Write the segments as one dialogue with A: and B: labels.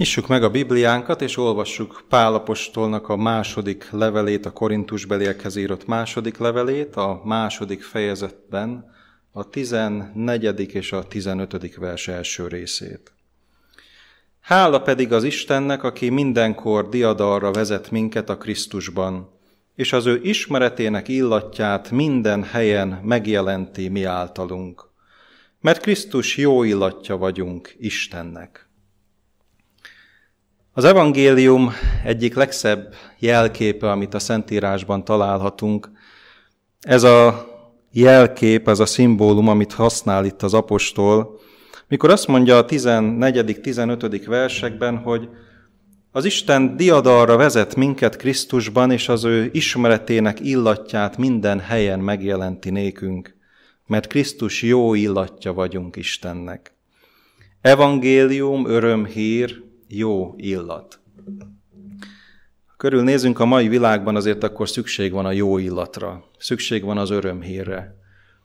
A: Nyissuk meg a Bibliánkat, és olvassuk Pál apostolnak a második levelét, a Korintusbeliekhez írott második levelét, a második fejezetben a 14. és a 15. vers első részét. Hála pedig az Istennek, aki mindenkor diadalra vezet minket a Krisztusban, és az ő ismeretének illatját minden helyen megjelenti mi általunk. Mert Krisztus jó illatja vagyunk Istennek. Az evangélium egyik legszebb jelképe, amit a Szentírásban találhatunk, ez a jelkép, ez a szimbólum, amit használ itt az apostol, mikor azt mondja a 14., 15. versekben, hogy az Isten diadalra vezet minket Krisztusban, és az ő ismeretének illatját minden helyen megjelenti nékünk, mert Krisztus jó illatja vagyunk Istennek. Evangélium, örömhír, jó illat. Ha körülnézünk a mai világban, azért akkor szükség van a jó illatra, szükség van az örömhírre.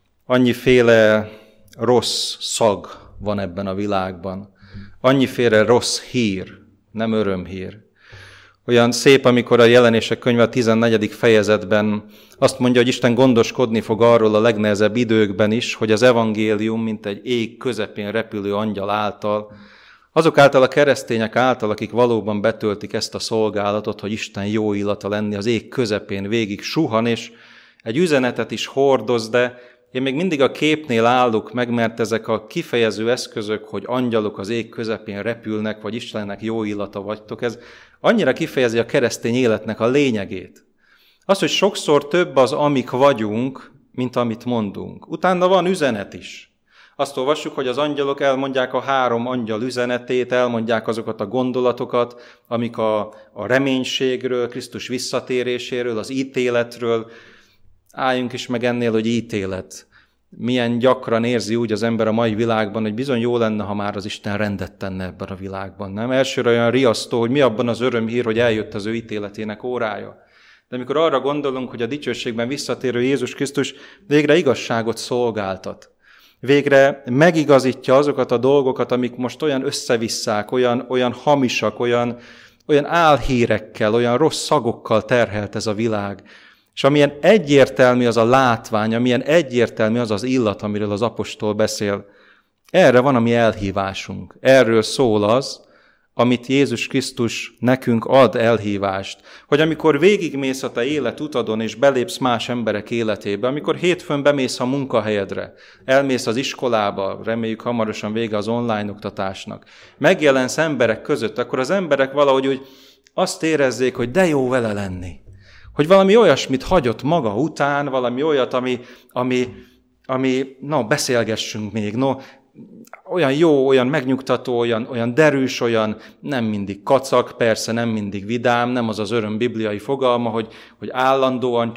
A: Annyiféle rossz szag van ebben a világban, annyiféle rossz hír, nem örömhír. Olyan szép, amikor a Jelenések könyve a 14. fejezetben azt mondja, hogy Isten gondoskodni fog arról a legnehezebb időkben is, hogy az evangélium, mint egy ég közepén repülő angyal által, azok által a keresztények által, akik valóban betöltik ezt a szolgálatot, hogy Isten jó illata lenni, az ég közepén végig suhan, és egy üzenetet is hordoz, de én még mindig a képnél állok meg, mert ezek a kifejező eszközök, hogy angyalok az ég közepén repülnek, vagy Istennek jó illata vagytok, ez annyira kifejezi a keresztény életnek a lényegét. Az, hogy sokszor több az, amik vagyunk, mint amit mondunk. Utána van üzenet is. Azt olvassuk, hogy az angyalok elmondják a 3 angyal üzenetét, elmondják azokat a gondolatokat, amik a reménységről, Krisztus visszatéréséről, az ítéletről. Álljunk is meg ennél, hogy ítélet. Milyen gyakran érzi úgy az ember a mai világban, hogy bizony jó lenne, ha már az Isten rendet tenne ebben a világban. Nem? Elsőre olyan riasztó, hogy mi abban az örömhír, hogy eljött az ő ítéletének órája. De amikor arra gondolunk, hogy a dicsőségben visszatérő Jézus Krisztus végre igazságot szolgáltat, végre megigazítja azokat a dolgokat, amik most olyan összevisszák, olyan hamisak, olyan álhírekkel, olyan rossz szagokkal terhelt ez a világ. És amilyen egyértelmű az a látvány, amilyen egyértelmű az az illat, amiről az apostol beszél, erre van a mi elhívásunk. Erről szól az, amit Jézus Krisztus nekünk ad elhívást. Hogy amikor végigmész a te életutadon, és belépsz más emberek életébe, amikor hétfőn bemész a munkahelyedre, elmész az iskolába, reméljük hamarosan vége az online oktatásnak, megjelensz emberek között, akkor az emberek valahogy úgy azt érezzék, hogy de jó vele lenni. Hogy valami olyasmit hagyott maga után, valami olyat, ami beszélgessünk még, olyan jó, olyan megnyugtató, olyan derűs, olyan nem mindig kacak, persze nem mindig vidám, nem az az öröm bibliai fogalma, hogy állandóan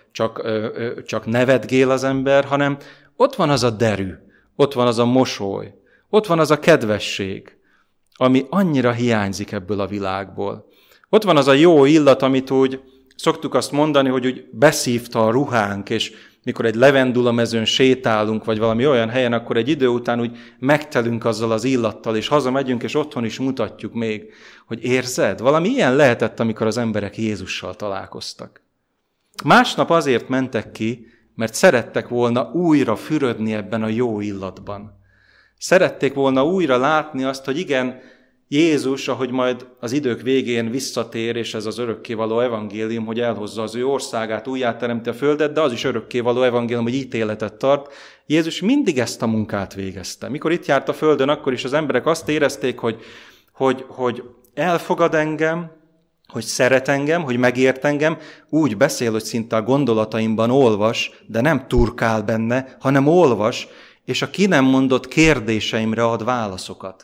A: csak nevetgél az ember, hanem ott van az a derű, ott van az a mosoly, ott van az a kedvesség, ami annyira hiányzik ebből a világból. Ott van az a jó illat, amit úgy szoktuk azt mondani, hogy úgy beszívta a ruhánk, és mikor egy levendulamezőn sétálunk, vagy valami olyan helyen, akkor egy idő után úgy megtelünk azzal az illattal, és hazamegyünk, és otthon is mutatjuk még, hogy érzed? Valami ilyen lehetett, amikor az emberek Jézussal találkoztak. Másnap azért mentek ki, mert szerettek volna újra fürödni ebben a jó illatban. Szerették volna újra látni azt, hogy igen, Jézus, ahogy majd az idők végén visszatér, és ez az örökkévaló evangélium, hogy elhozza az ő országát, újjáteremti a földet, de az is örökkévaló evangélium, hogy ítéletet tart. Jézus mindig ezt a munkát végezte. Mikor itt járt a földön, akkor is az emberek azt érezték, hogy elfogad engem, hogy szeret engem, hogy megért engem, úgy beszél, hogy szinte a gondolataimban olvas, de nem turkál benne, hanem olvas, és a ki nem mondott kérdéseimre ad válaszokat.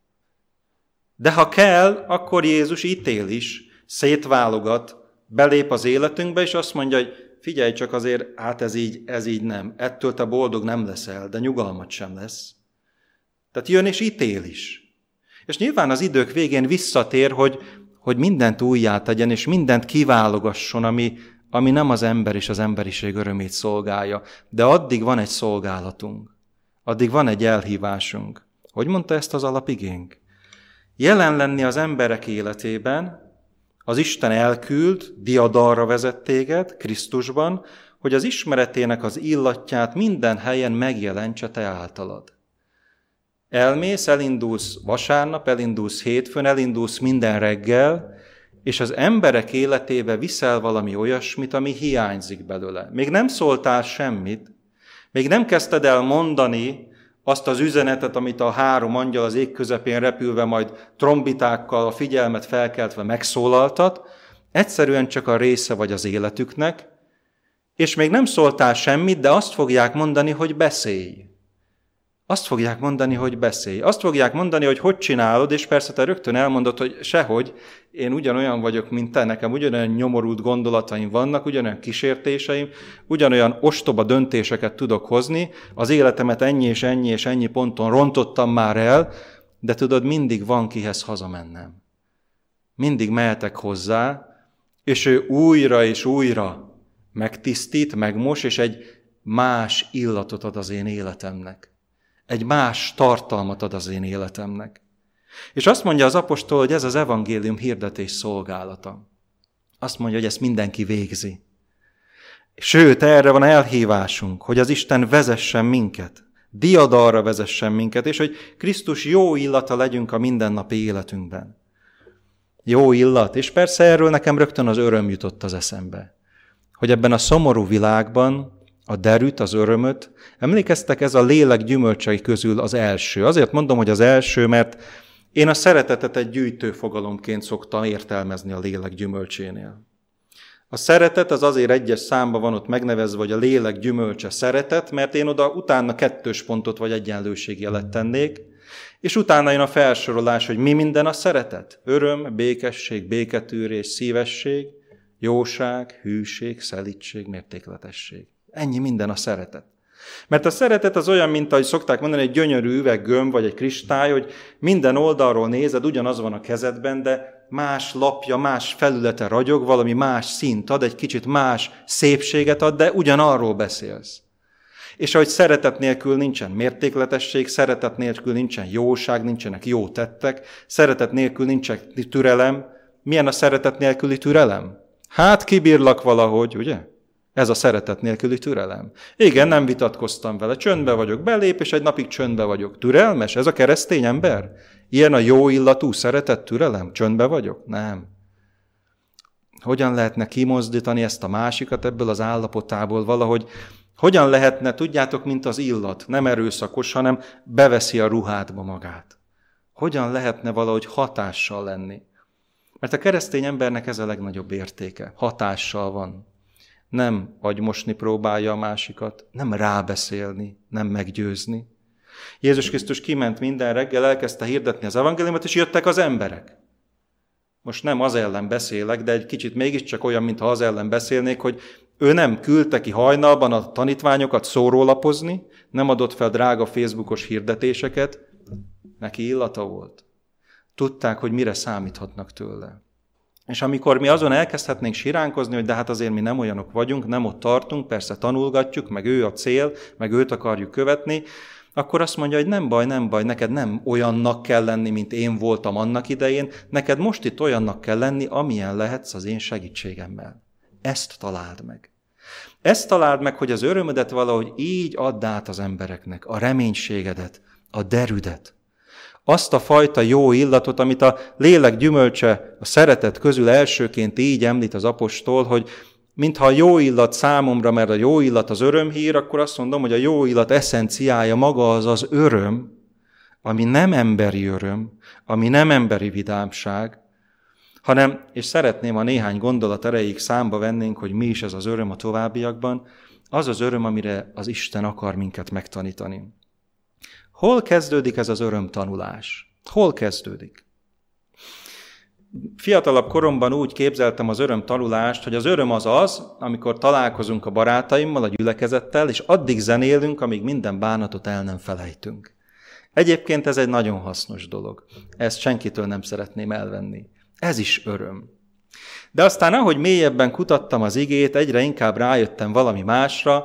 A: De ha kell, akkor Jézus ítél is, szétválogat, belép az életünkbe, és azt mondja, hogy figyelj csak azért, hát ez így nem. Ettől te boldog nem leszel, de nyugalmat sem lesz. Tehát jön és ítél is. És nyilván az idők végén visszatér, hogy mindent újjá tegyen, és mindent kiválogasson, ami nem az ember és az emberiség örömét szolgálja. De addig van egy szolgálatunk. Addig van egy elhívásunk. Hogy mondta ezt az alapigénk? jelen lenni az emberek életében, az Isten elküld, diadalra vezet téged Krisztusban, hogy az ismeretének az illatját minden helyen megjelentse te általad. Elmész, elindulsz vasárnap, elindulsz hétfőn, elindulsz minden reggel, és az emberek életébe viszel valami olyasmit, ami hiányzik belőle. Még nem szóltál semmit, még nem kezdted el mondani azt az üzenetet, amit a 3 angyal az ég közepén repülve, majd trombitákkal a figyelmet felkeltve megszólaltat, egyszerűen csak a része vagy az életüknek, és még nem szóltál semmit, de azt fogják mondani, hogy beszélj. Azt fogják mondani, hogy beszélj. Azt fogják mondani, hogy csinálod, és persze te rögtön elmondod, hogy sehogy, én ugyanolyan vagyok, mint te, nekem ugyanolyan nyomorult gondolataim vannak, ugyanolyan kísértéseim, ugyanolyan ostoba döntéseket tudok hozni, az életemet ennyi és ennyi és ennyi ponton rontottam már el, de tudod, mindig van kihez hazamennem. Mindig mehetek hozzá, és ő újra és újra megtisztít, megmos, és egy más illatot ad az én életemnek. Egy más tartalmat ad az én életemnek. És azt mondja az apostol, hogy ez az evangélium hirdetés szolgálata. Azt mondja, hogy ezt mindenki végzi. Sőt, erre van elhívásunk, hogy az Isten vezessen minket, diadalra vezessen minket, és hogy Krisztus jó illata legyünk a mindennapi életünkben. Jó illat, és persze erről nekem rögtön az öröm jutott az eszembe. Hogy ebben a szomorú világban a derűt, az örömöt, emlékeztek, ez a lélek gyümölcsei közül az első. Azért mondom, hogy az első, mert én a szeretetet egy gyűjtő fogalomként szoktam értelmezni a lélek gyümölcsénél. A szeretet az azért egyes számban van ott megnevezve, hogy a lélek gyümölcse szeretet, mert én oda utána 2 pontot vagy egyenlőségjelet tennék, és utána jön a felsorolás, hogy mi minden a szeretet. Öröm, békesség, béketűrés, szívesség, jóság, hűség, szelídség, mértékletesség. Ennyi minden a szeretet. Mert a szeretet az olyan, mint ahogy szokták mondani, egy gyönyörű üveggömb vagy egy kristály, hogy minden oldalról nézed, ugyanaz van a kezedben, de más lapja, más felülete ragyog, valami más színt ad, egy kicsit más szépséget ad, de ugyanarról beszélsz. És ahogy szeretet nélkül nincsen mértékletesség, szeretet nélkül nincsen jóság, nincsenek jó tettek, szeretet nélkül nincsen türelem. Milyen a szeretet nélküli türelem? Hát kibírlak valahogy, ugye? Ez a szeretet nélküli türelem. Igen, nem vitatkoztam vele, csöndbe vagyok, belép, és egy napig csöndbe vagyok. Türelmes? Ez a keresztény ember? Ilyen a jó illatú szeretet, türelem? Csöndbe vagyok? Nem. Hogyan lehetne kimozdítani ezt a másikat ebből az állapotából valahogy? Hogyan lehetne, tudjátok, mint az illat, nem erőszakos, hanem beveszi a ruhádba magát. Hogyan lehetne valahogy hatással lenni? Mert a keresztény embernek ez a legnagyobb értéke. Hatással van. Nem agymosni próbálja a másikat, nem rábeszélni, nem meggyőzni. Jézus Krisztus kiment minden reggel, elkezdte hirdetni az evangéliumot, és jöttek az emberek. Most nem az ellen beszélek, de egy kicsit mégiscsak olyan, mintha az ellen beszélnék, hogy ő nem küldte ki hajnalban a tanítványokat szórólapozni, nem adott fel drága Facebookos hirdetéseket, neki illata volt. Tudták, hogy mire számíthatnak tőle. És amikor mi azon elkezdhetnénk siránkozni, hogy de hát azért mi nem olyanok vagyunk, nem ott tartunk, persze tanulgatjuk, meg ő a cél, meg őt akarjuk követni, akkor azt mondja, hogy nem baj, neked nem olyannak kell lenni, mint én voltam annak idején, neked most itt olyannak kell lenni, amilyen lehetsz az én segítségemmel. Ezt találd meg. Ezt találd meg, hogy az örömödet valahogy így add át az embereknek, a reménységedet, a derűdet. Azt a fajta jó illatot, amit a lélek gyümölcse, a szeretet közül elsőként így említ az apostol, hogy mintha a jó illat számomra, mert a jó illat az örömhír, akkor azt mondom, hogy a jó illat eszenciája maga az az öröm, ami nem emberi öröm, ami nem emberi vidámság, hanem, és szeretném, ha néhány gondolat erejéig számba vennénk, hogy mi is ez az öröm a továbbiakban, az az öröm, amire az Isten akar minket megtanítani. Hol kezdődik ez az örömtanulás? Hol kezdődik? Fiatalabb koromban úgy képzeltem az örömtanulást, hogy az öröm az, amikor találkozunk a barátaimmal, a gyülekezettel, és addig zenélünk, amíg minden bánatot el nem felejtünk. Egyébként ez egy nagyon hasznos dolog. Ezt senkitől nem szeretném elvenni. Ez is öröm. De aztán, ahogy mélyebben kutattam az igét, egyre inkább rájöttem valami másra,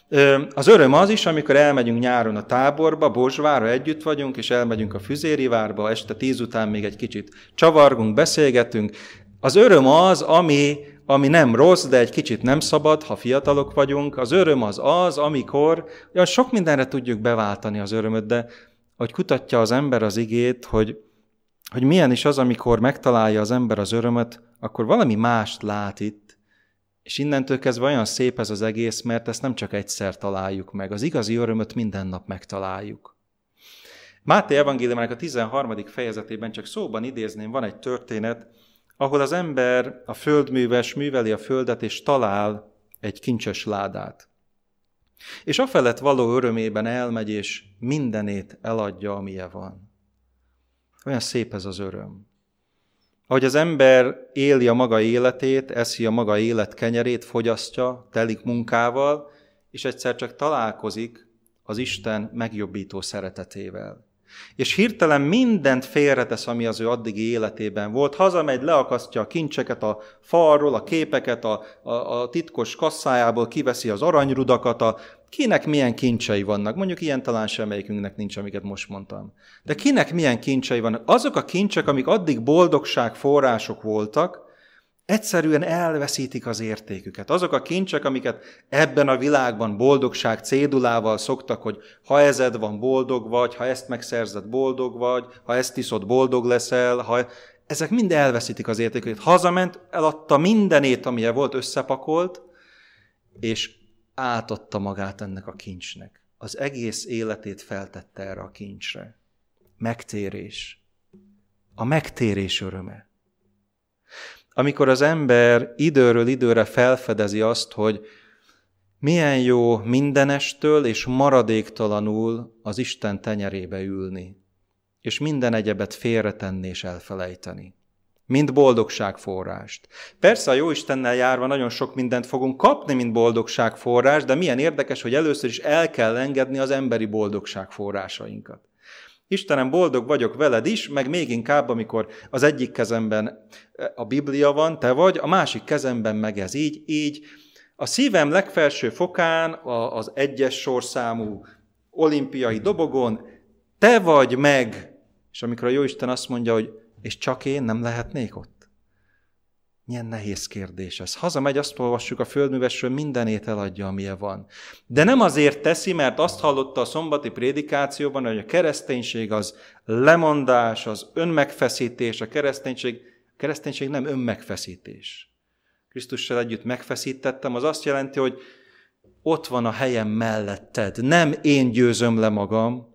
A: Az öröm az is, amikor elmegyünk nyáron a táborba, Bozsvárra együtt vagyunk, és elmegyünk a Füzérivárba, este 10 után még egy kicsit csavargunk, beszélgetünk. Az öröm az, ami nem rossz, de egy kicsit nem szabad, ha fiatalok vagyunk. Az öröm az, amikor sok mindenre tudjuk beváltani az örömöt, de hogy kutatja az ember az igét, hogy milyen is az, amikor megtalálja az ember az örömöt, akkor valami mást lát itt, és innentől kezdve olyan szép ez az egész, mert ezt nem csak egyszer találjuk meg. Az igazi örömöt minden nap megtaláljuk. Máté evangéliumának a 13. fejezetében csak szóban idézném, van egy történet, ahol az ember, a földműves műveli a földet, és talál egy kincses ládát. És afelett való örömében elmegy, és mindenét eladja, amilyen van. Olyan szép ez az öröm. Ahogy az ember éli a maga életét, eszi a maga élet kenyerét, fogyasztja, telik munkával, és egyszer csak találkozik az Isten megjobbító szeretetével. És hirtelen mindent félretesz, ami az ő addigi életében volt. Hazamegy, leakasztja a kincseket a falról, a képeket a titkos kasszájából, kiveszi az aranyrudakat, kinek milyen kincsei vannak. Mondjuk ilyen talán semmelyikünknek nincs, amiket most mondtam. De kinek milyen kincsei vannak? Azok a kincsek, amik addig boldogság források voltak, egyszerűen elveszítik az értéküket. Azok a kincsek, amiket ebben a világban boldogság cédulával szoktak, hogy ha ezed van, boldog vagy, ha ezt megszerzed, boldog vagy, ha ezt iszod, boldog leszel, ezek mind elveszítik az értéküket. Hazament, eladta mindenét, amilyen volt, összepakolt, és átadta magát ennek a kincsnek. Az egész életét feltette erre a kincsre. Megtérés. A megtérés öröme. Amikor az ember időről időre felfedezi azt, hogy milyen jó mindenestől és maradéktalanul az Isten tenyerébe ülni, és minden egyebet félretenni és elfelejteni. Mint boldogságforrást. Persze a Jóistennel járva nagyon sok mindent fogunk kapni, mint boldogságforrás, de milyen érdekes, hogy először is el kell engedni az emberi boldogságforrásainkat. Istenem, boldog vagyok veled is, meg még inkább, amikor az egyik kezemben a Biblia van, te vagy, a másik kezemben meg ez így. A szívem legfelső fokán, az 1-es sorszámú olimpiai dobogon, te vagy meg, és amikor a Jóisten azt mondja, hogy és csak én nem lehetnék ott? Milyen nehéz kérdés ez. Hazamegy, azt olvassuk a földművesről, mindenét eladja, amilyen van. De nem azért teszi, mert azt hallotta a szombati prédikációban, hogy a kereszténység az lemondás, az önmegfeszítés, a kereszténység nem önmegfeszítés. Krisztussal együtt megfeszítettem, az azt jelenti, hogy ott van a helyem melletted. Nem én győzöm le magam,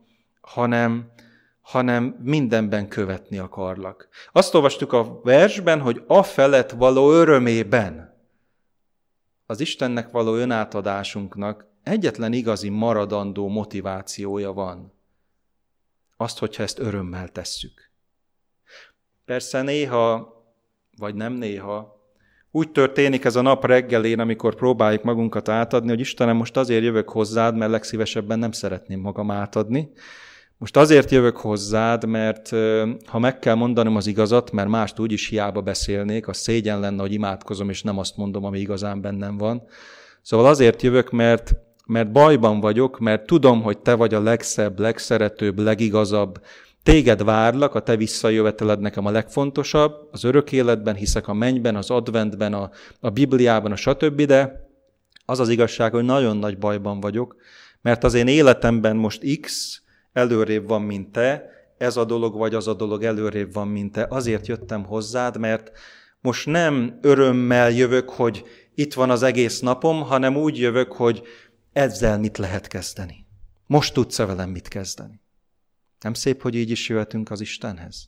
A: hanem mindenben követni akarlak. Azt olvastuk a versben, hogy afelett való örömében, az Istennek való önátadásunknak egyetlen igazi maradandó motivációja van. Azt, hogyha ezt örömmel tesszük. Persze néha, vagy nem néha, úgy történik ez a nap reggelén, amikor próbáljuk magunkat átadni, hogy Istenem, most azért jövök hozzád, mert legszívesebben nem szeretném magam átadni. Most azért jövök hozzád, mert ha meg kell mondanom az igazat, mert mást úgyis hiába beszélnék, az szégyen lenne, hogy imádkozom, és nem azt mondom, ami igazán bennem van. Szóval azért jövök, mert bajban vagyok, mert tudom, hogy te vagy a legszebb, legszeretőbb, legigazabb. Téged várlak, a te visszajöveteled nekem a legfontosabb, az örök életben, hiszek a mennyben, az adventben, a Bibliában, a stb., de az az igazság, hogy nagyon nagy bajban vagyok, mert az én életemben most X előrébb van, mint te, ez a dolog vagy az a dolog előrébb van, mint te. Azért jöttem hozzád, mert most nem örömmel jövök, hogy itt van az egész napom, hanem úgy jövök, hogy ezzel mit lehet kezdeni. Most tudsz-e velem mit kezdeni? Nem szép, hogy így is jöhetünk az Istenhez?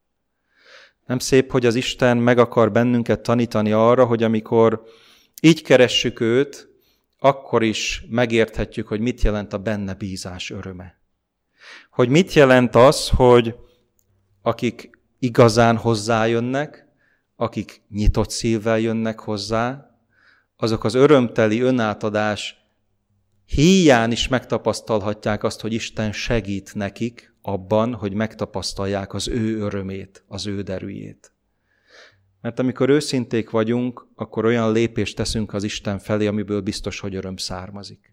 A: Nem szép, hogy az Isten meg akar bennünket tanítani arra, hogy amikor így keressük őt, akkor is megérthetjük, hogy mit jelent a benne bízás öröme. Hogy mit jelent az, hogy akik igazán hozzájönnek, akik nyitott szívvel jönnek hozzá, azok az örömteli önátadás híján is megtapasztalhatják azt, hogy Isten segít nekik abban, hogy megtapasztalják az ő örömét, az ő derűjét. Mert amikor őszinték vagyunk, akkor olyan lépést teszünk az Isten felé, amiből biztos, hogy öröm származik.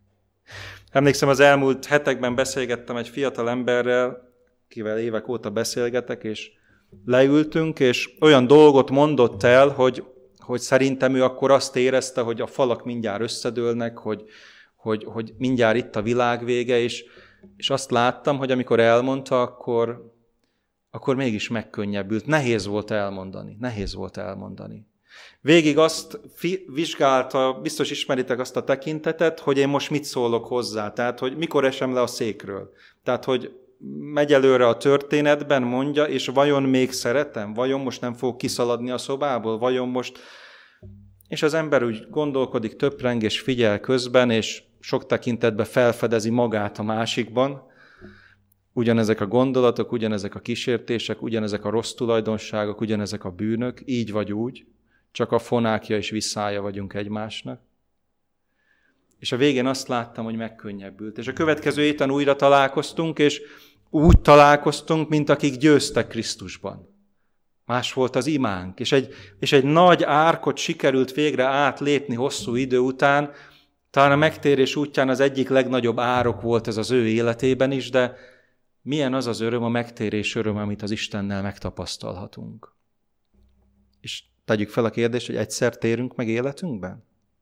A: Emlékszem, az elmúlt hetekben beszélgettem egy fiatal emberrel, kivel évek óta beszélgetek, és leültünk, és olyan dolgot mondott el, hogy szerintem ő akkor azt érezte, hogy a falak mindjárt összedőlnek, hogy mindjárt itt a világ vége, és azt láttam, hogy amikor elmondta, akkor mégis megkönnyebbült. Nehéz volt elmondani. Végig azt vizsgálta, biztos ismeritek azt a tekintetet, hogy én most mit szólok hozzá, tehát hogy mikor esem le a székről. Tehát, hogy megy előre a történetben, mondja, és vajon még szeretem? Vajon most nem fog kiszaladni a szobából? Vajon most... És az ember úgy gondolkodik, töpreng és figyel közben, és sok tekintetben felfedezi magát a másikban. Ugyanezek a gondolatok, ugyanezek a kísértések, ugyanezek a rossz tulajdonságok, ugyanezek a bűnök, így vagy úgy, csak a fonákja és visszája vagyunk egymásnak. És a végén azt láttam, hogy megkönnyebbült. És a következő héten újra találkoztunk, és úgy találkoztunk, mint akik győztek Krisztusban. Más volt az imánk, és egy nagy árkot sikerült végre átlépni hosszú idő után. Talán a megtérés útján az egyik legnagyobb árok volt ez az ő életében is, de milyen az az öröm, a megtérés öröm, amit az Istennel megtapasztalhatunk. És tegyük fel a kérdést, hogy egyszer térünk meg életünkben?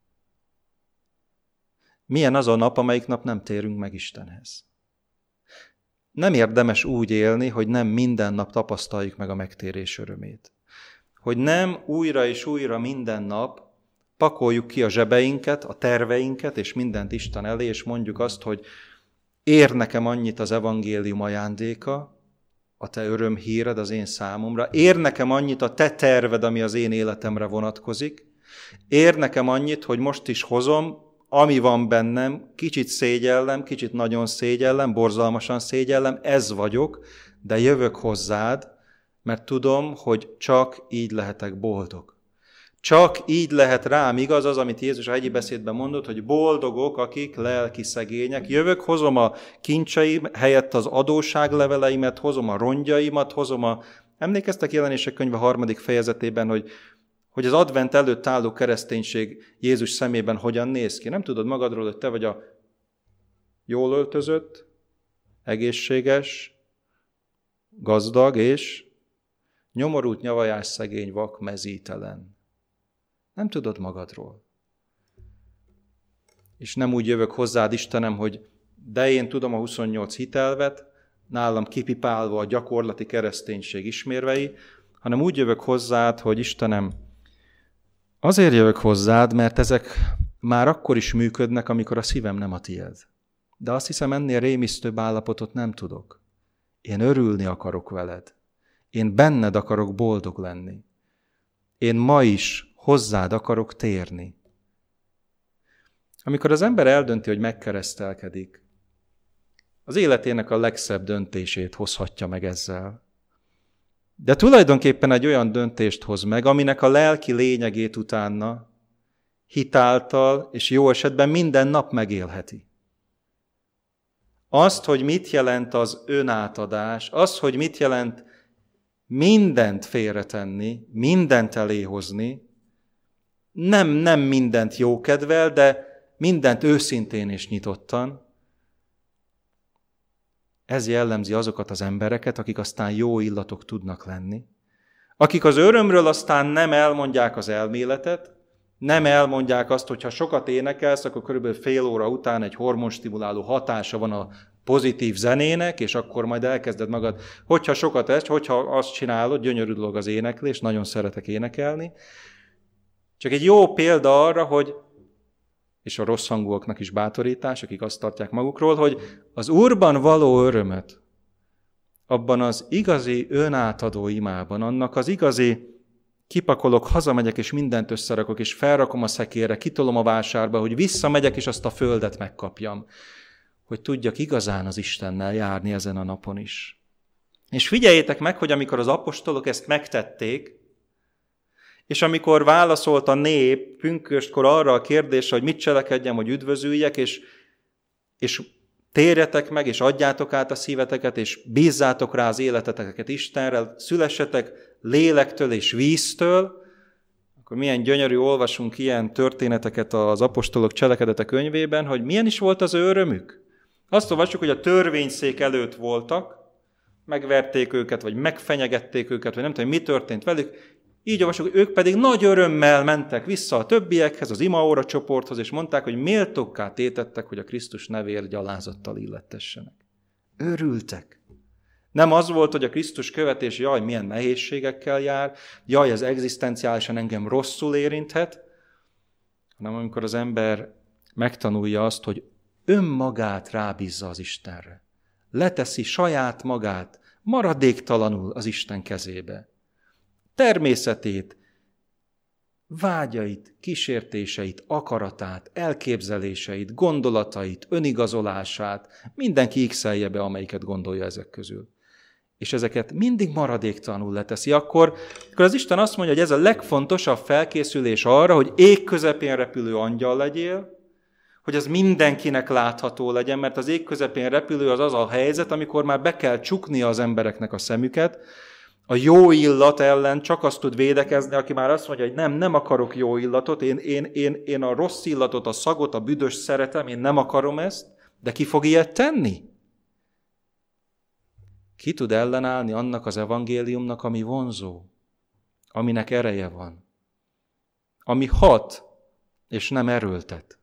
A: Milyen az a nap, amelyik nap nem térünk meg Istenhez? Nem érdemes úgy élni, hogy nem minden nap tapasztaljuk meg a megtérés örömét. Hogy nem újra és újra minden nap pakoljuk ki a zsebeinket, a terveinket, és mindent Isten elé, és mondjuk azt, hogy ér nekem annyit az evangélium ajándéka, a te örömhíred az én számomra, ér nekem annyit a te terved, ami az én életemre vonatkozik, ér nekem annyit, hogy most is hozom, ami van bennem, kicsit szégyellem, kicsit nagyon szégyellem, borzalmasan szégyellem, ez vagyok, de jövök hozzád, mert tudom, hogy csak így lehetek boldog. Csak így lehet rám igaz az, amit Jézus a hegyi beszédben mondott, hogy boldogok, akik lelki szegények. Jövök, hozom a kincseim helyett az adósságleveleimet, hozom a rongyaimat, Emlékeztek Jelenések könyve 3. fejezetében, hogy az advent előtt álló kereszténység Jézus szemében hogyan néz ki. Nem tudod magadról, hogy te vagy a jól öltözött, egészséges, gazdag és nyomorult, nyavajás, szegény, vak, mezítelen. Nem tudod magadról. És nem úgy jövök hozzád, Istenem, hogy de én tudom a 28 hitelvet, nálam kipipálva a gyakorlati kereszténység ismérvei, hanem úgy jövök hozzád, hogy Istenem, azért jövök hozzád, mert ezek már akkor is működnek, amikor a szívem nem a tiéd. De azt hiszem, ennél rémisztőbb állapotot nem tudok. Én örülni akarok veled. Én benned akarok boldog lenni. Én ma is hozzád akarok térni. Amikor az ember eldönti, hogy megkeresztelkedik, az életének a legszebb döntését hozhatja meg ezzel. De tulajdonképpen egy olyan döntést hoz meg, aminek a lelki lényegét utána hitáltal és jó esetben minden nap megélheti. Azt, hogy mit jelent az önátadás, az, hogy mit jelent mindent félretenni, mindent eléhozni, nem mindent jókedvel, de mindent őszintén és nyitottan. Ez jellemzi azokat az embereket, akik aztán jó illatok tudnak lenni. Akik az örömről aztán nem elmondják az elméletet, nem elmondják azt, hogy ha sokat énekelsz, akkor körülbelül fél óra után egy hormonstimuláló hatása van a pozitív zenének, és akkor majd elkezded magad, hogyha sokat essz, hogyha azt csinálod, gyönyörű dolog az éneklés, nagyon szeretek énekelni. Csak egy jó példa arra, hogy, és a rossz hangúaknak is bátorítás, akik azt tartják magukról, hogy az Úrban való örömöt, abban az igazi önátadó imában, annak az igazi kipakolok, hazamegyek és mindent összerakok, és felrakom a szekérre, kitolom a vásárba, hogy visszamegyek és azt a földet megkapjam, hogy tudjak igazán az Istennel járni ezen a napon is. És figyeljétek meg, hogy amikor az apostolok ezt megtették, és amikor válaszolt a nép pünköstkor arra a kérdésre, hogy mit cselekedjem, hogy üdvözüljek, és térjetek meg, és adjátok át a szíveteket, és bízzátok rá az életeteket Istenre, szülessetek lélektől és víztől, akkor akkor milyen gyönyörű, olvasunk ilyen történeteket az apostolok cselekedete könyvében, hogy milyen is volt az ő örömük. Azt olvassuk, hogy a törvényszék előtt voltak, megverték őket, vagy megfenyegették őket, vagy nem tudom, mi történt velük. Így olvassuk, hogy ők pedig nagy örömmel mentek vissza a többiekhez, az imaóra csoporthoz, és mondták, hogy méltókká tétettek, hogy a Krisztus nevéért gyalázattal illettessenek. Örültek. Nem az volt, hogy a Krisztus követés, jaj, milyen nehézségekkel jár, jaj, ez egzisztenciálisan engem rosszul érinthet, hanem amikor az ember megtanulja azt, hogy önmagát rábízza az Istenre. Leteszi saját magát maradéktalanul az Isten kezébe. Természetét, vágyait, kísértéseit, akaratát, elképzeléseit, gondolatait, önigazolását, mindenki x-elje be, amelyiket gondolja ezek közül. És ezeket mindig maradéktalanul leteszi, akkor az Isten azt mondja, hogy ez a legfontosabb felkészülés arra, hogy ég közepén repülő angyal legyél, hogy az mindenkinek látható legyen, mert az ég közepén repülő az a helyzet, amikor már be kell csuknia az embereknek a szemüket. A jó illat ellen csak azt tud védekezni, aki már azt mondja, hogy nem akarok jó illatot, én a rossz illatot, a szagot, a büdös szeretem, én nem akarom ezt, de ki fog ilyet tenni? Ki tud ellenállni annak az evangéliumnak, ami vonzó, aminek ereje van, ami hat, és nem erőltet?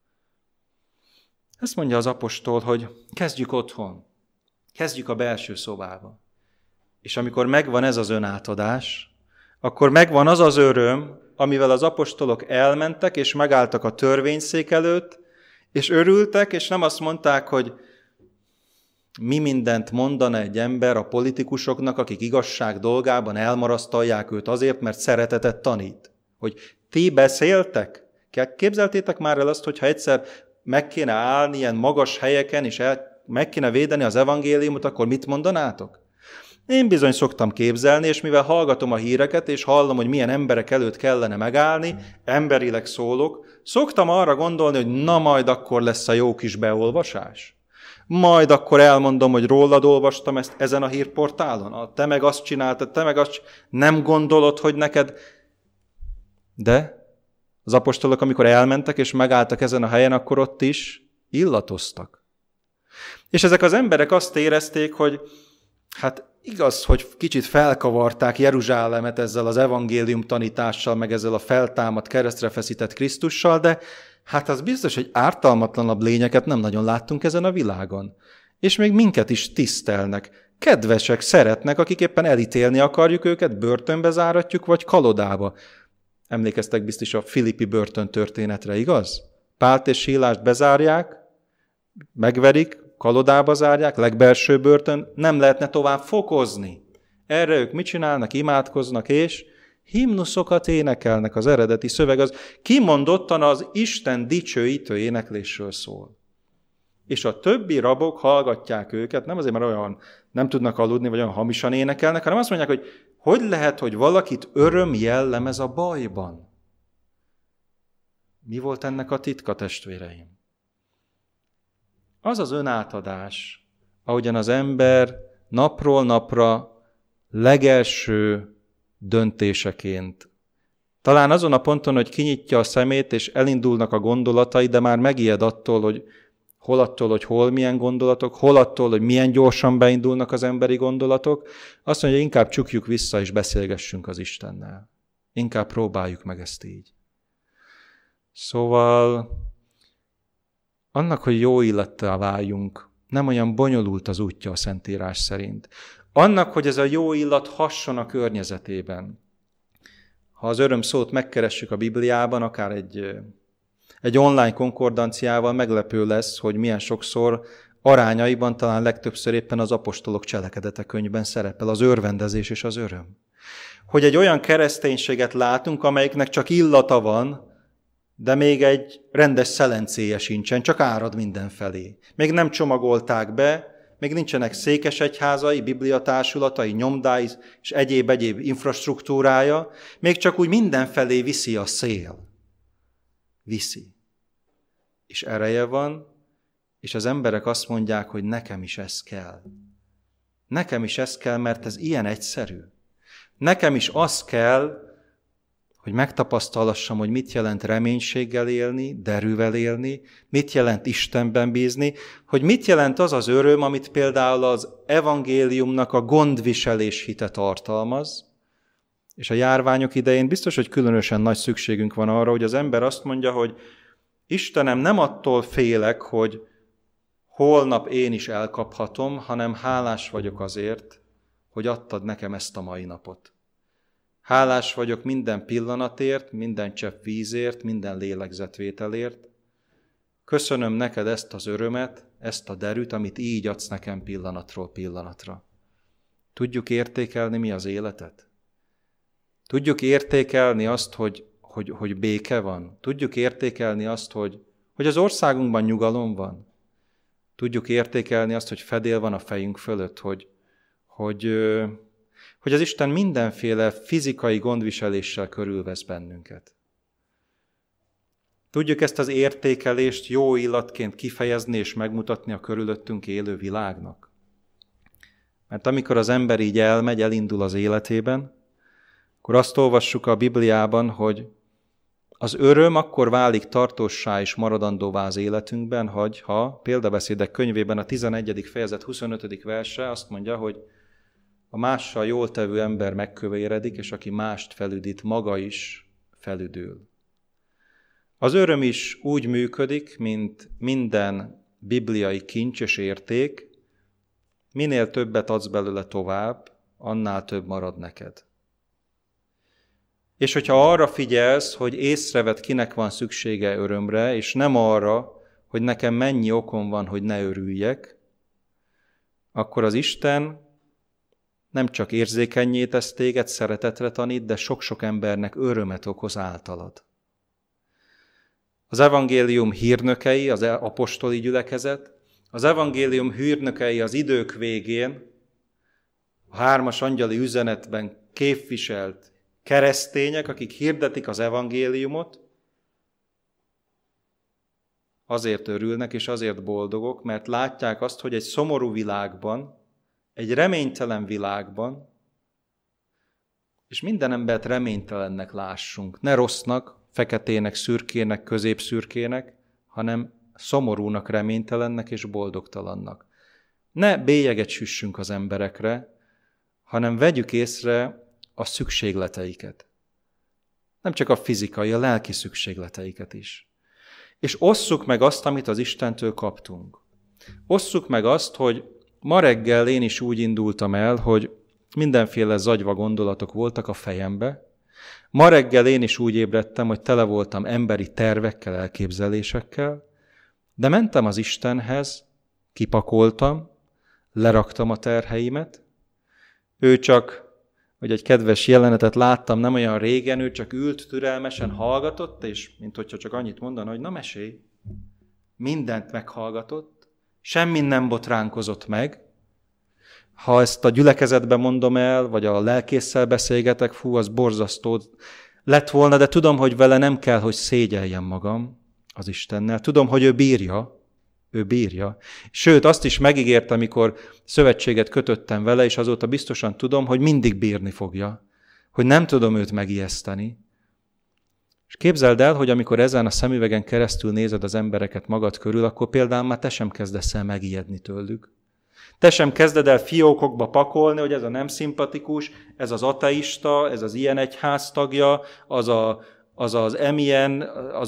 A: Ezt mondja az apostol, hogy kezdjük otthon, kezdjük a belső szobába. És amikor megvan ez az önátadás, akkor megvan az az öröm, amivel az apostolok elmentek, és megálltak a törvényszék előtt, és örültek, és nem azt mondták, hogy mi mindent mondana egy ember a politikusoknak, akik igazság dolgában elmarasztalják őt azért, mert szeretetet tanít. Hogy ti beszéltek? Képzeltétek már el azt, hogyha egyszer meg kéne állni ilyen magas helyeken, és meg kéne védeni az evangéliumot, akkor mit mondanátok? Én bizony szoktam képzelni, és mivel hallgatom a híreket, és hallom, hogy milyen emberek előtt kellene megállni, emberileg szólok, szoktam arra gondolni, hogy na majd akkor lesz a jó kis beolvasás. Majd akkor elmondom, hogy rólad olvastam ezt ezen a hírportálon. Te meg azt csináltad, te meg azt nem gondolod, hogy neked... De az apostolok, amikor elmentek és megálltak ezen a helyen, akkor ott is illatoztak. És ezek az emberek azt érezték, hogy hát igaz, hogy kicsit felkavarták Jeruzsálemet ezzel az evangélium tanítással, meg ezzel a feltámadt, keresztre feszített Krisztussal, de hát az biztos, hogy ártalmatlanabb lényeket nem nagyon láttunk ezen a világon. És még minket is tisztelnek, kedvesek, szeretnek, akik éppen elítélni akarjuk őket, börtönbe záratjuk, vagy kalodába. Emlékeztek biztos a filippi börtön történetre, igaz? Pált és Sílást bezárják, megverik, kalodába zárják, legbelső börtön, nem lehetne tovább fokozni. Erre ők mit csinálnak? Imádkoznak, és himnuszokat énekelnek, az eredeti szöveg az kimondottan az Isten dicsőítő éneklésről szól. És a többi rabok hallgatják őket, nem azért, mert olyan nem tudnak aludni, vagy olyan hamisan énekelnek, hanem azt mondják, hogy lehet, hogy valakit öröm jellemez a bajban. Mi volt ennek a titka, testvéreim? Az az önátadás, ahogyan az ember napról napra legelső döntéseként, talán azon a ponton, hogy kinyitja a szemét, és elindulnak a gondolatai, de már megijed attól, hogy hol milyen gondolatok, hol attól, hogy milyen gyorsan beindulnak az emberi gondolatok, azt mondja, hogy inkább csukjuk vissza, és beszélgessünk az Istennel. Inkább próbáljuk meg ezt így. Szóval annak, hogy jó illattal váljunk, nem olyan bonyolult az útja a Szentírás szerint. Annak, hogy ez a jó illat hasson a környezetében. Ha az öröm szót megkeressük a Bibliában, akár egy online konkordanciával, meglepő lesz, hogy milyen sokszor arányaiban, talán legtöbbször éppen az apostolok cselekedete könyvben szerepel az örvendezés és az öröm. Hogy egy olyan kereszténységet látunk, amelyiknek csak illata van, de még egy rendes szelencéje sincsen, csak árad mindenfelé. Még nem csomagolták be, még nincsenek székesegyházai, bibliatársulatai, nyomdái és egyéb infrastruktúrája, még csak úgy mindenfelé viszi a szél. Viszi. És ereje van, és az emberek azt mondják, hogy nekem is ez kell. Nekem is ez kell, mert ez ilyen egyszerű. Nekem is az kell, hogy megtapasztalassam, hogy mit jelent reménységgel élni, derűvel élni, mit jelent Istenben bízni, hogy mit jelent az az öröm, amit például az evangéliumnak a gondviselés hite tartalmaz. És a járványok idején biztos, hogy különösen nagy szükségünk van arra, hogy az ember azt mondja, hogy Istenem, nem attól félek, hogy holnap én is elkaphatom, hanem hálás vagyok azért, hogy adtad nekem ezt a mai napot. Hálás vagyok minden pillanatért, minden csepp vízért, minden lélegzetvételért. Köszönöm neked ezt az örömet, ezt a derűt, amit így adsz nekem pillanatról pillanatra. Tudjuk értékelni mi az életet? Tudjuk értékelni azt, hogy béke van? Tudjuk értékelni azt, hogy az országunkban nyugalom van? Tudjuk értékelni azt, hogy fedél van a fejünk fölött, hogy az Isten mindenféle fizikai gondviseléssel körülvesz bennünket. Tudjuk ezt az értékelést jó illatként kifejezni és megmutatni a körülöttünk élő világnak. Mert amikor az ember így elindul az életében, akkor azt olvassuk a Bibliában, hogy az öröm akkor válik tartóssá és maradandóvá az életünkben, ha Példabeszédek könyvében a 11. fejezet 25. verse azt mondja, hogy a mással jól tevő ember megkövéredik, és aki mást felüdít, maga is felüdül. Az öröm is úgy működik, mint minden bibliai kincs és érték, minél többet adsz belőle tovább, annál több marad neked. És hogyha arra figyelsz, hogy észrevedd, kinek van szüksége örömre, és nem arra, hogy nekem mennyi okom van, hogy ne örüljek, akkor az Isten nem csak érzékennyé tesz téged, szeretetre tanít, de sok-sok embernek örömet okoz általad. Az evangélium hírnökei, az apostoli gyülekezet, az evangélium hírnökei az idők végén, a 3. angyali üzenetben képviselt keresztények, akik hirdetik az evangéliumot, azért örülnek és azért boldogok, mert látják azt, hogy egy szomorú világban, egy reménytelen világban, és minden embert reménytelennek lássunk, ne rossznak, feketének, szürkének, középszürkének, hanem szomorúnak, reménytelennek és boldogtalannak. Ne bélyeget süssünk az emberekre, hanem vegyük észre a szükségleteiket. Nem csak a fizikai, a lelki szükségleteiket is. És osszuk meg azt, amit az Istentől kaptunk. Osszuk meg azt, hogy ma reggel én is úgy indultam el, hogy mindenféle zagyva gondolatok voltak a fejembe. Ma reggel én is úgy ébredtem, hogy tele voltam emberi tervekkel, elképzelésekkel, de mentem az Istenhez, kipakoltam, leraktam a terheimet. Ő csak, hogy egy kedves jelenetet láttam nem olyan régen, ő csak ült, türelmesen hallgatott, és minthogyha csak annyit mondana, hogy na mesélj, mindent meghallgatott, semmin nem botránkozott meg. Ha ezt a gyülekezetben mondom el, vagy a lelkésszel beszélgetek, az borzasztó lett volna, de tudom, hogy vele nem kell, hogy szégyeljem magam az Istennel. Tudom, hogy ő bírja. Sőt, azt is megígérte, amikor szövetséget kötöttem vele, és azóta biztosan tudom, hogy mindig bírni fogja, hogy nem tudom őt megijeszteni. És képzeld el, hogy amikor ezen a szemüvegen keresztül nézed az embereket magad körül, akkor például már te sem kezdesz el megijedni tőlük. Te sem kezded el fiókokba pakolni, hogy ez a nem szimpatikus, ez az ateista, ez az ilyen egyház tagja, az az emilyen,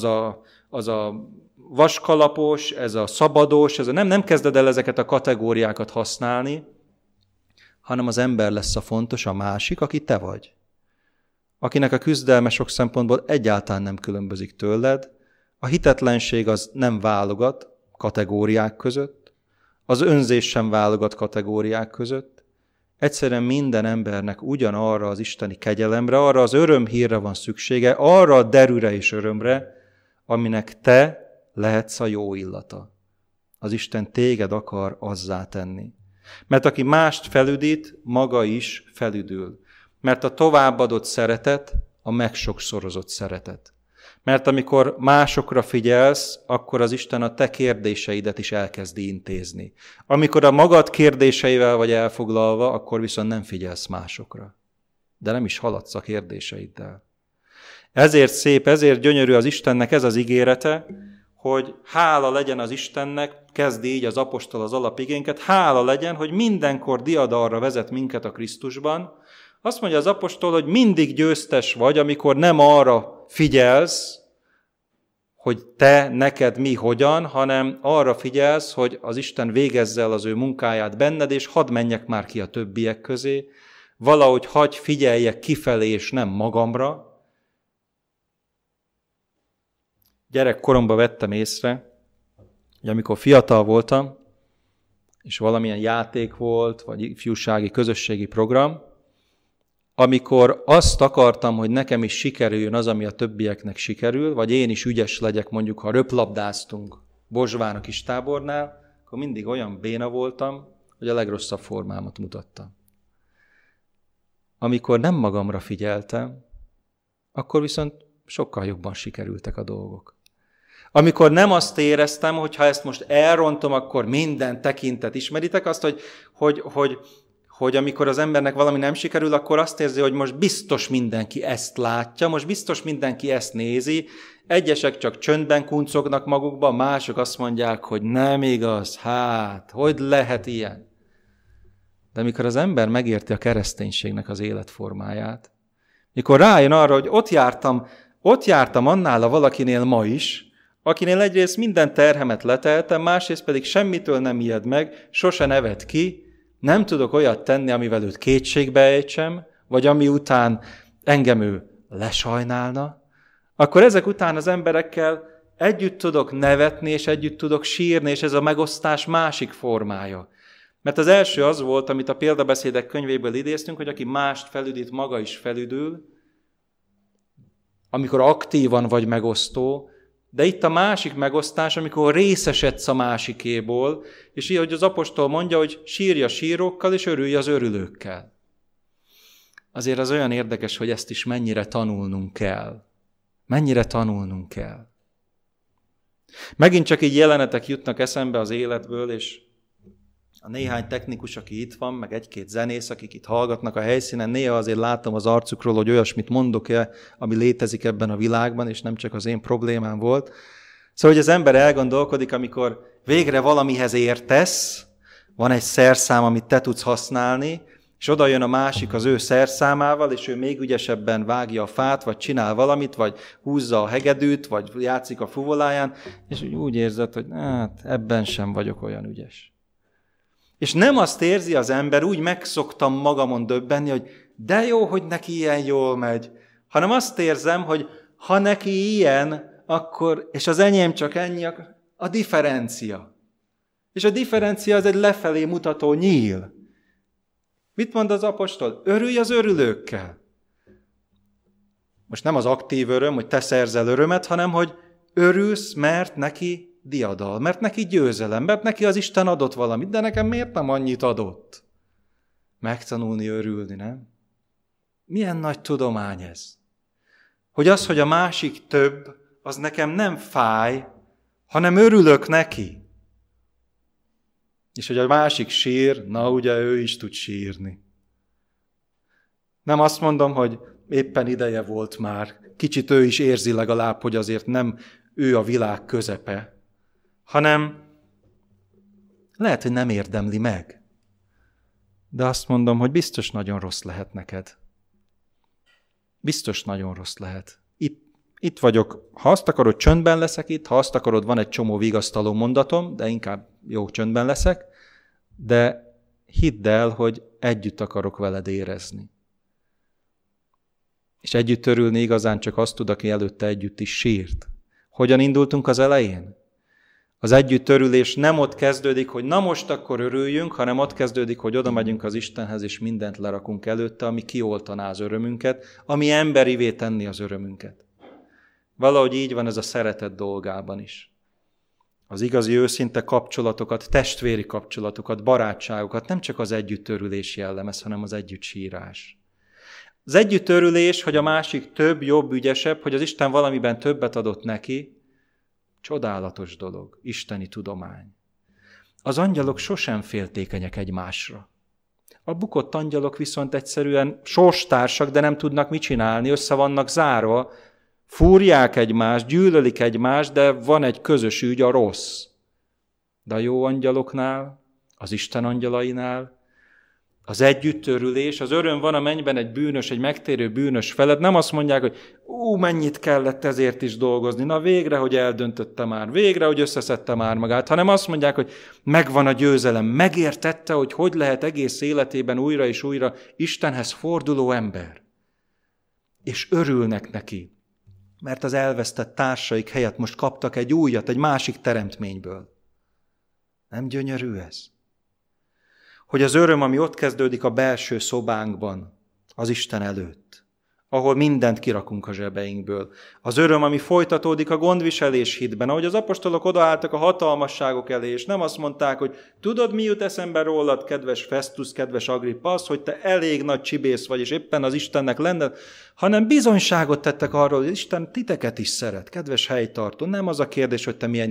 A: az a vaskalapos, ez a szabados, nem kezded el ezeket a kategóriákat használni, hanem az ember lesz a fontos, a másik, aki te vagy. Akinek a küzdelme sok szempontból egyáltalán nem különbözik tőled, a hitetlenség az nem válogat kategóriák között, az önzés sem válogat kategóriák között. Egyszerűen minden embernek ugyanarra az isteni kegyelemre, arra az örömhírre van szüksége, arra a derűre és örömre, aminek te lehetsz a jó illata. Az Isten téged akar azzá tenni. Mert aki mást felüdít, maga is felüdül. Mert a továbbadott szeretet a megsokszorozott szeretet. Mert amikor másokra figyelsz, akkor az Isten a te kérdéseidet is elkezdi intézni. Amikor a magad kérdéseivel vagy elfoglalva, akkor viszont nem figyelsz másokra. De nem is haladsz a kérdéseiddel. Ezért szép, ezért gyönyörű az Istennek ez az ígérete, hogy hála legyen az Istennek, kezdi így az apostol az alapigénket, hála legyen, hogy mindenkor diadalra vezet minket a Krisztusban. Azt mondja az apostol, hogy mindig győztes vagy, amikor nem arra figyelsz, hogy te, neked mi, hogyan, hanem arra figyelsz, hogy az Isten végezze el az ő munkáját benned, és hadd menjek már ki a többiek közé, valahogy hadd figyeljek kifelé, és nem magamra. Gyerekkoromban vettem észre, hogy amikor fiatal voltam, és valamilyen játék volt, vagy ifjúsági, közösségi program, amikor azt akartam, hogy nekem is sikerüljön az, ami a többieknek sikerül, vagy én is ügyes legyek, mondjuk, ha röplabdáztunk Bozsván a kistábornál, akkor mindig olyan béna voltam, hogy a legrosszabb formámat mutattam. Amikor nem magamra figyeltem, akkor viszont sokkal jobban sikerültek a dolgok. Amikor nem azt éreztem, hogy ha ezt most elrontom, akkor minden tekintet ismeritek azt, hogy amikor az embernek valami nem sikerül, akkor azt érzi, hogy most biztos mindenki ezt látja, most biztos mindenki ezt nézi, egyesek csak csöndben kuncognak magukba, mások azt mondják, hogy nem igaz, hát, hogy lehet ilyen? De amikor az ember megérti a kereszténységnek az életformáját, mikor rájön arra, hogy ott jártam annál a valakinél ma is, akinél egyrészt minden terhemet leteltem, másrészt pedig semmitől nem ijed meg, sose nevet ki, nem tudok olyat tenni, amivel őt kétségbe ejtsem, vagy ami után engem ő lesajnálna, akkor ezek után az emberekkel együtt tudok nevetni, és együtt tudok sírni, és ez a megosztás másik formája. Mert az első az volt, amit a példabeszédek könyvéből idéztünk, hogy aki mást felüdít, maga is felüdül, amikor aktívan vagy megosztó, de itt a másik megosztás, amikor részesedsz a másikéból, és így, hogy az apostol mondja, hogy sírj a sírókkal, és örülj az örülőkkel. Azért az olyan érdekes, hogy ezt is mennyire tanulnunk kell. Mennyire tanulnunk kell. Megint csak így jelenetek jutnak eszembe az életből, és a néhány technikus, aki itt van, meg egy-két zenész, akik itt hallgatnak a helyszínen, néha azért látom az arcukról, hogy olyasmit mondok-e, ami létezik ebben a világban, és nem csak az én problémám volt. Szóval, hogy az ember elgondolkodik, amikor végre valamihez értesz, van egy szerszám, amit te tudsz használni, és oda jön a másik az ő szerszámával, és ő még ügyesebben vágja a fát, vagy csinál valamit, vagy húzza a hegedűt, vagy játszik a fuvoláján, és úgy érzed, hogy hát ebben sem vagyok olyan ügyes. És nem azt érzi az ember, úgy megszoktam magamon döbbenni, hogy de jó, hogy neki ilyen jól megy, hanem azt érzem, hogy ha neki ilyen, akkor, és az enyém csak ennyi, a differencia. És a differencia az egy lefelé mutató nyíl. Mit mond az apostol? Örülj az örülőkkel. Most nem az aktív öröm, hogy te szerzel örömet, hanem hogy örülsz, mert neki diadal, mert neki győzelem, mert neki az Isten adott valamit, de nekem miért nem annyit adott? Megtanulni örülni, nem? Milyen nagy tudomány ez? Hogy az, hogy a másik több, az nekem nem fáj, hanem örülök neki. És hogy a másik sír, na ugye ő is tud sírni. Nem azt mondom, hogy éppen ideje volt már, kicsit ő is érzi legalább, hogy azért nem ő a világ közepe, hanem lehet, hogy nem érdemli meg. De azt mondom, hogy biztos nagyon rossz lehet neked. Biztos nagyon rossz lehet. Itt vagyok. Ha azt akarod, csöndben leszek itt, ha azt akarod, van egy csomó vigasztaló mondatom, de inkább jó, csöndben leszek, de hidd el, hogy együtt akarok veled érezni. És együtt örülni igazán csak azt tud, aki előtte együtt is sírt. Hogyan indultunk az elején? Az együtt örülés nem ott kezdődik, hogy na most akkor örüljünk, hanem ott kezdődik, hogy oda megyünk az Istenhez, és mindent lerakunk előtte, ami kioltaná az örömünket, ami emberivé tenni az örömünket. Valahogy így van ez a szeretet dolgában is. Az igazi őszinte kapcsolatokat, testvéri kapcsolatokat, barátságokat nem csak az együttörülés jellemez, hanem az együttsírás. Az együttörülés, hogy a másik több, jobb, ügyesebb, hogy az Isten valamiben többet adott neki, csodálatos dolog, isteni tudomány. Az angyalok sosem féltékenyek egymásra. A bukott angyalok viszont egyszerűen sorstársak, de nem tudnak mit csinálni, össze vannak zárva, Fúrják egymást, gyűlölik egymást, de van egy közös ügy, a rossz. De a jó angyaloknál, az Isten angyalainál, az együttörülés, az öröm van a mennyben egy bűnös, egy megtérő bűnös felett. Nem azt mondják, hogy mennyit kellett ezért is dolgozni, na végre, hogy eldöntötte már, végre, hogy összeszedte már magát, hanem azt mondják, hogy megvan a győzelem, megértette, hogy lehet egész életében újra és újra Istenhez forduló ember. És örülnek neki, mert az elvesztett társaik helyett most kaptak egy újat, egy másik teremtményből. Nem gyönyörű ez? Hogy az öröm, ami ott kezdődik a belső szobánkban, az Isten előtt, ahol mindent kirakunk a zsebeinkből. Az öröm, ami folytatódik a gondviselés hitben, ahogy az apostolok odaálltak a hatalmasságok elé, és nem azt mondták, hogy tudod, mi jut eszembe rólad, kedves Festus, kedves Agrippa, az, hogy te elég nagy csibész vagy, és éppen az Istennek lenned, hanem bizonyságot tettek arról, hogy Isten titeket is szeret, kedves helytartó. Nem az a kérdés, hogy te milyen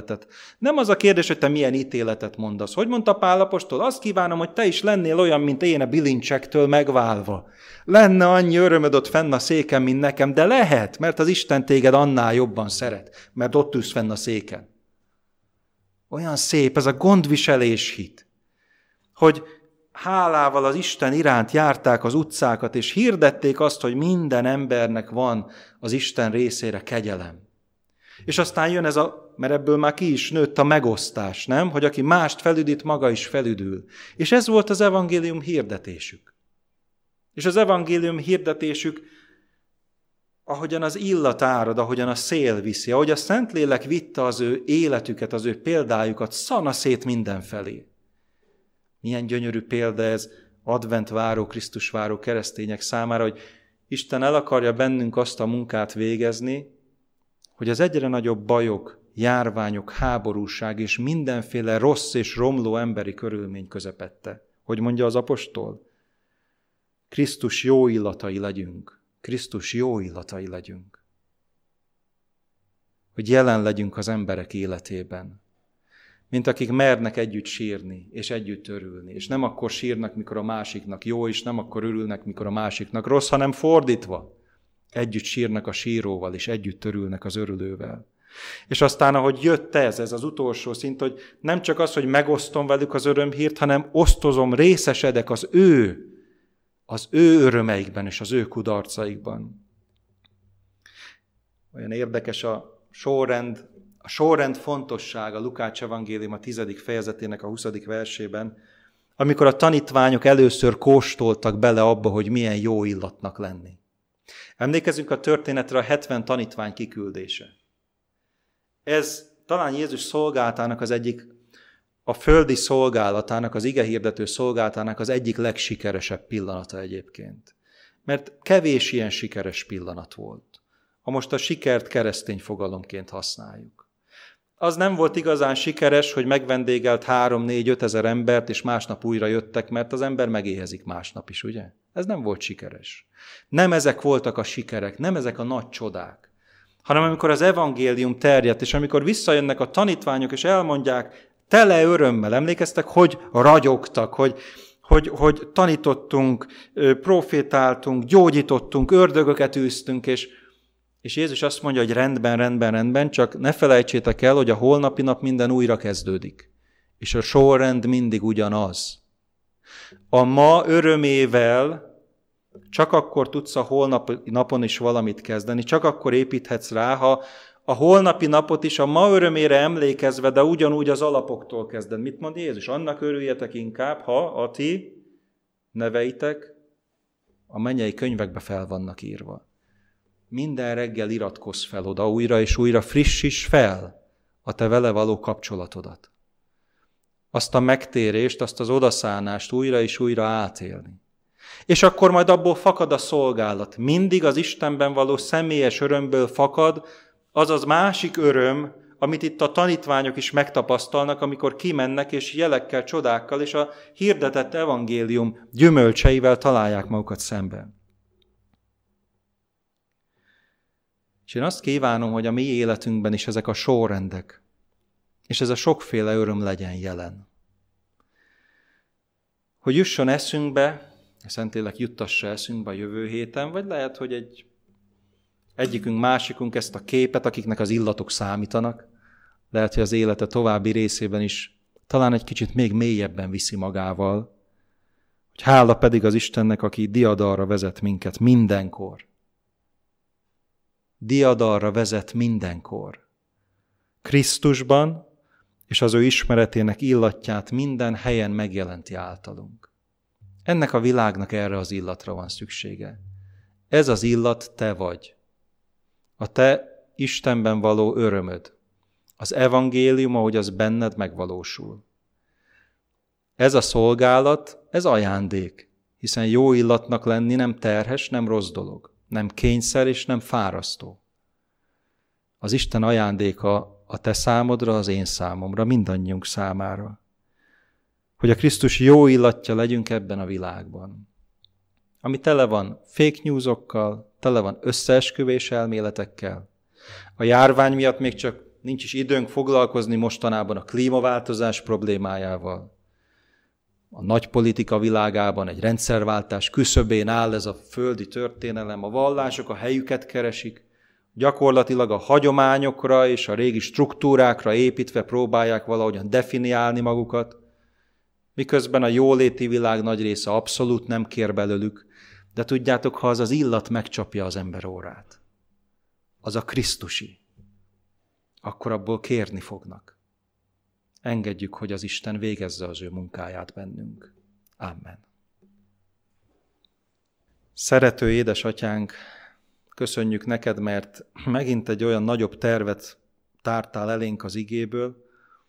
A: ítéletet mondasz. Hogy mondta Pál apostol? Azt kívánom, hogy te is lennél olyan, mint én a bilincsektől megválva. Lenne annyi örömöd ott fenn a széken, mint nekem, de lehet, mert az Isten téged annál jobban szeret, mert ott ülsz fenn a széken. Olyan szép ez a gondviselés hit, hogy hálával az Isten iránt járták az utcákat, és hirdették azt, hogy minden embernek van az Isten részére kegyelem. És aztán jön ez mert ebből már ki is nőtt a megosztás, nem? Hogy aki mást felüdít, maga is felüdül. És ez volt az evangélium hirdetésük. És az evangélium hirdetésük, ahogyan az illat árad, ahogyan a szél viszi, ahogy a Szentlélek vitte az ő életüket, az ő példájukat szanaszét mindenfelé. Milyen gyönyörű példa ez advent váró, Krisztus váró keresztények számára, hogy Isten el akarja bennünk azt a munkát végezni, hogy az egyre nagyobb bajok, járványok, háborúság és mindenféle rossz és romló emberi körülmény közepette. Hogy mondja az apostol? Krisztus jó illatai legyünk. Krisztus jó illatai legyünk. Hogy jelen legyünk az emberek életében. Mint akik mernek együtt sírni, és együtt örülni. És nem akkor sírnak, mikor a másiknak jó, és nem akkor örülnek, mikor a másiknak rossz, hanem fordítva. Együtt sírnak a síróval, és együtt örülnek az örülővel. És aztán, ahogy jött ez az utolsó szint, hogy nem csak az, hogy megosztom velük az örömhírt, hanem osztozom, részesedek az ő örömeikben és az ő kudarcaikban. Olyan érdekes a sorrend fontossága Lukács evangélium a 10. fejezetének a 20. versében, amikor a tanítványok először kóstoltak bele abba, hogy milyen jó illatnak lenni. Emlékezünk a történetre, a 70 tanítvány kiküldése. Ez talán Jézus szolgálatának az egyik, a földi szolgálatának, az igehirdető szolgálatának az egyik legsikeresebb pillanata egyébként. Mert kevés ilyen sikeres pillanat volt. Ha most a sikert keresztény fogalomként használjuk. Az nem volt igazán sikeres, hogy megvendégelt 3-4-5 ezer embert, és másnap újra jöttek, mert az ember megéhezik másnap is, ugye? Ez nem volt sikeres. Nem ezek voltak a sikerek, nem ezek a nagy csodák, hanem amikor az evangélium terjedt, és amikor visszajönnek a tanítványok, és elmondják tele örömmel, emlékeztek, hogy ragyogtak, hogy tanítottunk, profétáltunk, gyógyítottunk, ördögöket űztünk, és Jézus azt mondja, hogy rendben, csak ne felejtsétek el, hogy a holnapi nap minden újra kezdődik. És a sorrend mindig ugyanaz. A ma örömével csak akkor tudsz a holnapi napon is valamit kezdeni, csak akkor építhetsz rá, ha a holnapi napot is a ma örömére emlékezve, de ugyanúgy az alapoktól kezded. Mit mond Jézus? Annak örüljetek inkább, ha a ti neveitek a mennyei könyvekbe fel vannak írva. Minden reggel iratkozz fel oda újra és újra, frissíts fel a te vele való kapcsolatodat. Azt a megtérést, azt az odaszánást újra és újra átélni. És akkor majd abból fakad a szolgálat. Mindig az Istenben való személyes örömből fakad, az másik öröm, amit itt a tanítványok is megtapasztalnak, amikor kimennek és jelekkel, csodákkal és a hirdetett evangélium gyümölcseivel találják magukat szemben. És én azt kívánom, hogy a mi életünkben is ezek a sorrendek, és ez a sokféle öröm legyen jelen. Hogy jusson eszünkbe, a Szentlélek juttassa eszünkbe a jövő héten, vagy lehet, hogy egy egyikünk, másikunk ezt a képet, akiknek az illatok számítanak, lehet, hogy az élete további részében is talán egy kicsit még mélyebben viszi magával, hogy hála pedig az Istennek, aki diadalra vezet minket mindenkor. Diadalra vezet mindenkor. Krisztusban és az ő ismeretének illatját minden helyen megjelenti általunk. Ennek a világnak erre az illatra van szüksége. Ez az illat te vagy. A te Istenben való örömöd. Az evangélium, ahogy az benned megvalósul. Ez a szolgálat, ez ajándék, hiszen jó illatnak lenni nem terhes, nem rossz dolog, nem kényszer és nem fárasztó. Az Isten ajándéka a te számodra, az én számomra, mindannyiunk számára. Hogy a Krisztus jó illatja legyünk ebben a világban. Ami tele van fake newsokkal, tele van összeesküvés elméletekkel. A járvány miatt még csak nincs is időnk foglalkozni mostanában a klímaváltozás problémájával. A nagy politika világában egy rendszerváltás küszöbén áll ez a földi történelem, a vallások a helyüket keresik, gyakorlatilag a hagyományokra és a régi struktúrákra építve próbálják valahogyan definiálni magukat, miközben a jóléti világ nagy része abszolút nem kér belőlük, de tudjátok, ha az az illat megcsapja az ember órát, az a krisztusi, akkor abból kérni fognak. Engedjük, hogy az Isten végezze az ő munkáját bennünk. Amen. Szerető édesatyánk, köszönjük neked, mert megint egy olyan nagyobb tervet tártál elénk az igéből,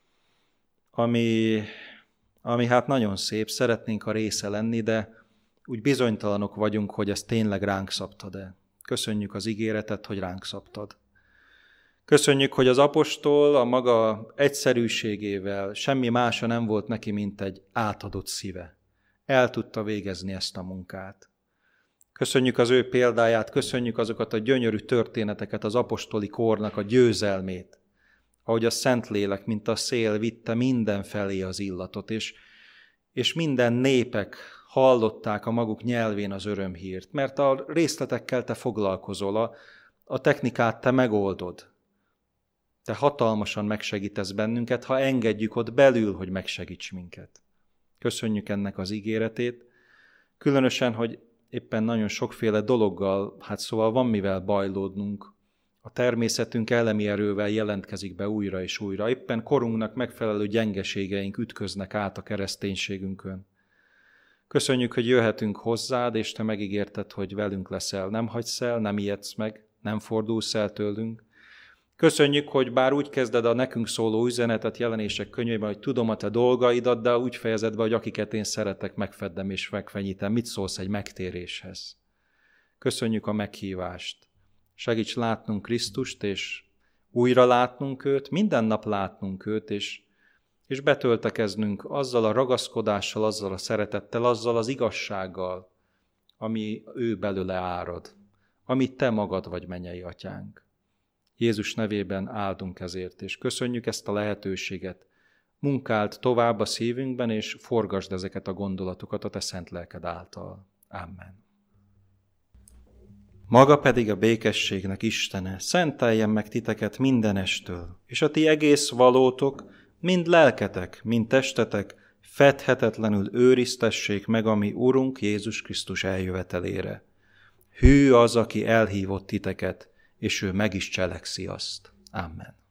A: ami hát nagyon szép, szeretnénk a része lenni, de úgy bizonytalanok vagyunk, hogy ezt tényleg ránk szabtad-e. Köszönjük az ígéretet, hogy ránk szabtad. Köszönjük, hogy az apostol a maga egyszerűségével semmi mása nem volt neki, mint egy átadott szíve. El tudta végezni ezt a munkát. Köszönjük az ő példáját, köszönjük azokat a gyönyörű történeteket, az apostoli kornak a győzelmét, ahogy a Szentlélek, mint a szél vitte mindenfelé az illatot, és minden népek hallották a maguk nyelvén az örömhírt, mert a részletekkel te foglalkozol, a technikát te megoldod. Te hatalmasan megsegítesz bennünket, ha engedjük ott belül, hogy megsegíts minket. Köszönjük ennek az ígéretét, különösen, hogy éppen nagyon sokféle dologgal, szóval van mivel bajlódnunk. A természetünk elemi erővel jelentkezik be újra és újra. Éppen korunknak megfelelő gyengeségeink ütköznek át a kereszténységünkön. Köszönjük, hogy jöhetünk hozzád, és te megígérted, hogy velünk leszel. Nem hagysz el, nem ijedsz meg, nem fordulsz el tőlünk. Köszönjük, hogy bár úgy kezded a nekünk szóló üzenetet Jelenések könyvében, hogy tudom a te dolgaidat, de úgy fejezed be, hogy akiket én szeretek, megfeddem és megfenyítem. Mit szólsz egy megtéréshez? Köszönjük a meghívást. Segíts látnunk Krisztust, és újra látnunk őt, minden nap látnunk őt, és betöltekeznünk azzal a ragaszkodással, azzal a szeretettel, azzal az igazsággal, ami ő belőle árad, amit te magad vagy, mennyei atyánk. Jézus nevében áldunk ezért, és köszönjük ezt a lehetőséget. Munkáld tovább a szívünkben, és forgasd ezeket a gondolatokat a te szent lelked által. Amen. Maga pedig a békességnek Istene, szenteljen meg titeket mindenestől, és a ti egész valótok, mind lelketek, mind testetek, fedhetetlenül őriztessék meg a mi Urunk Jézus Krisztus eljövetelére. Hű az, aki elhívott titeket, és ő meg is cselekszi azt. Amen.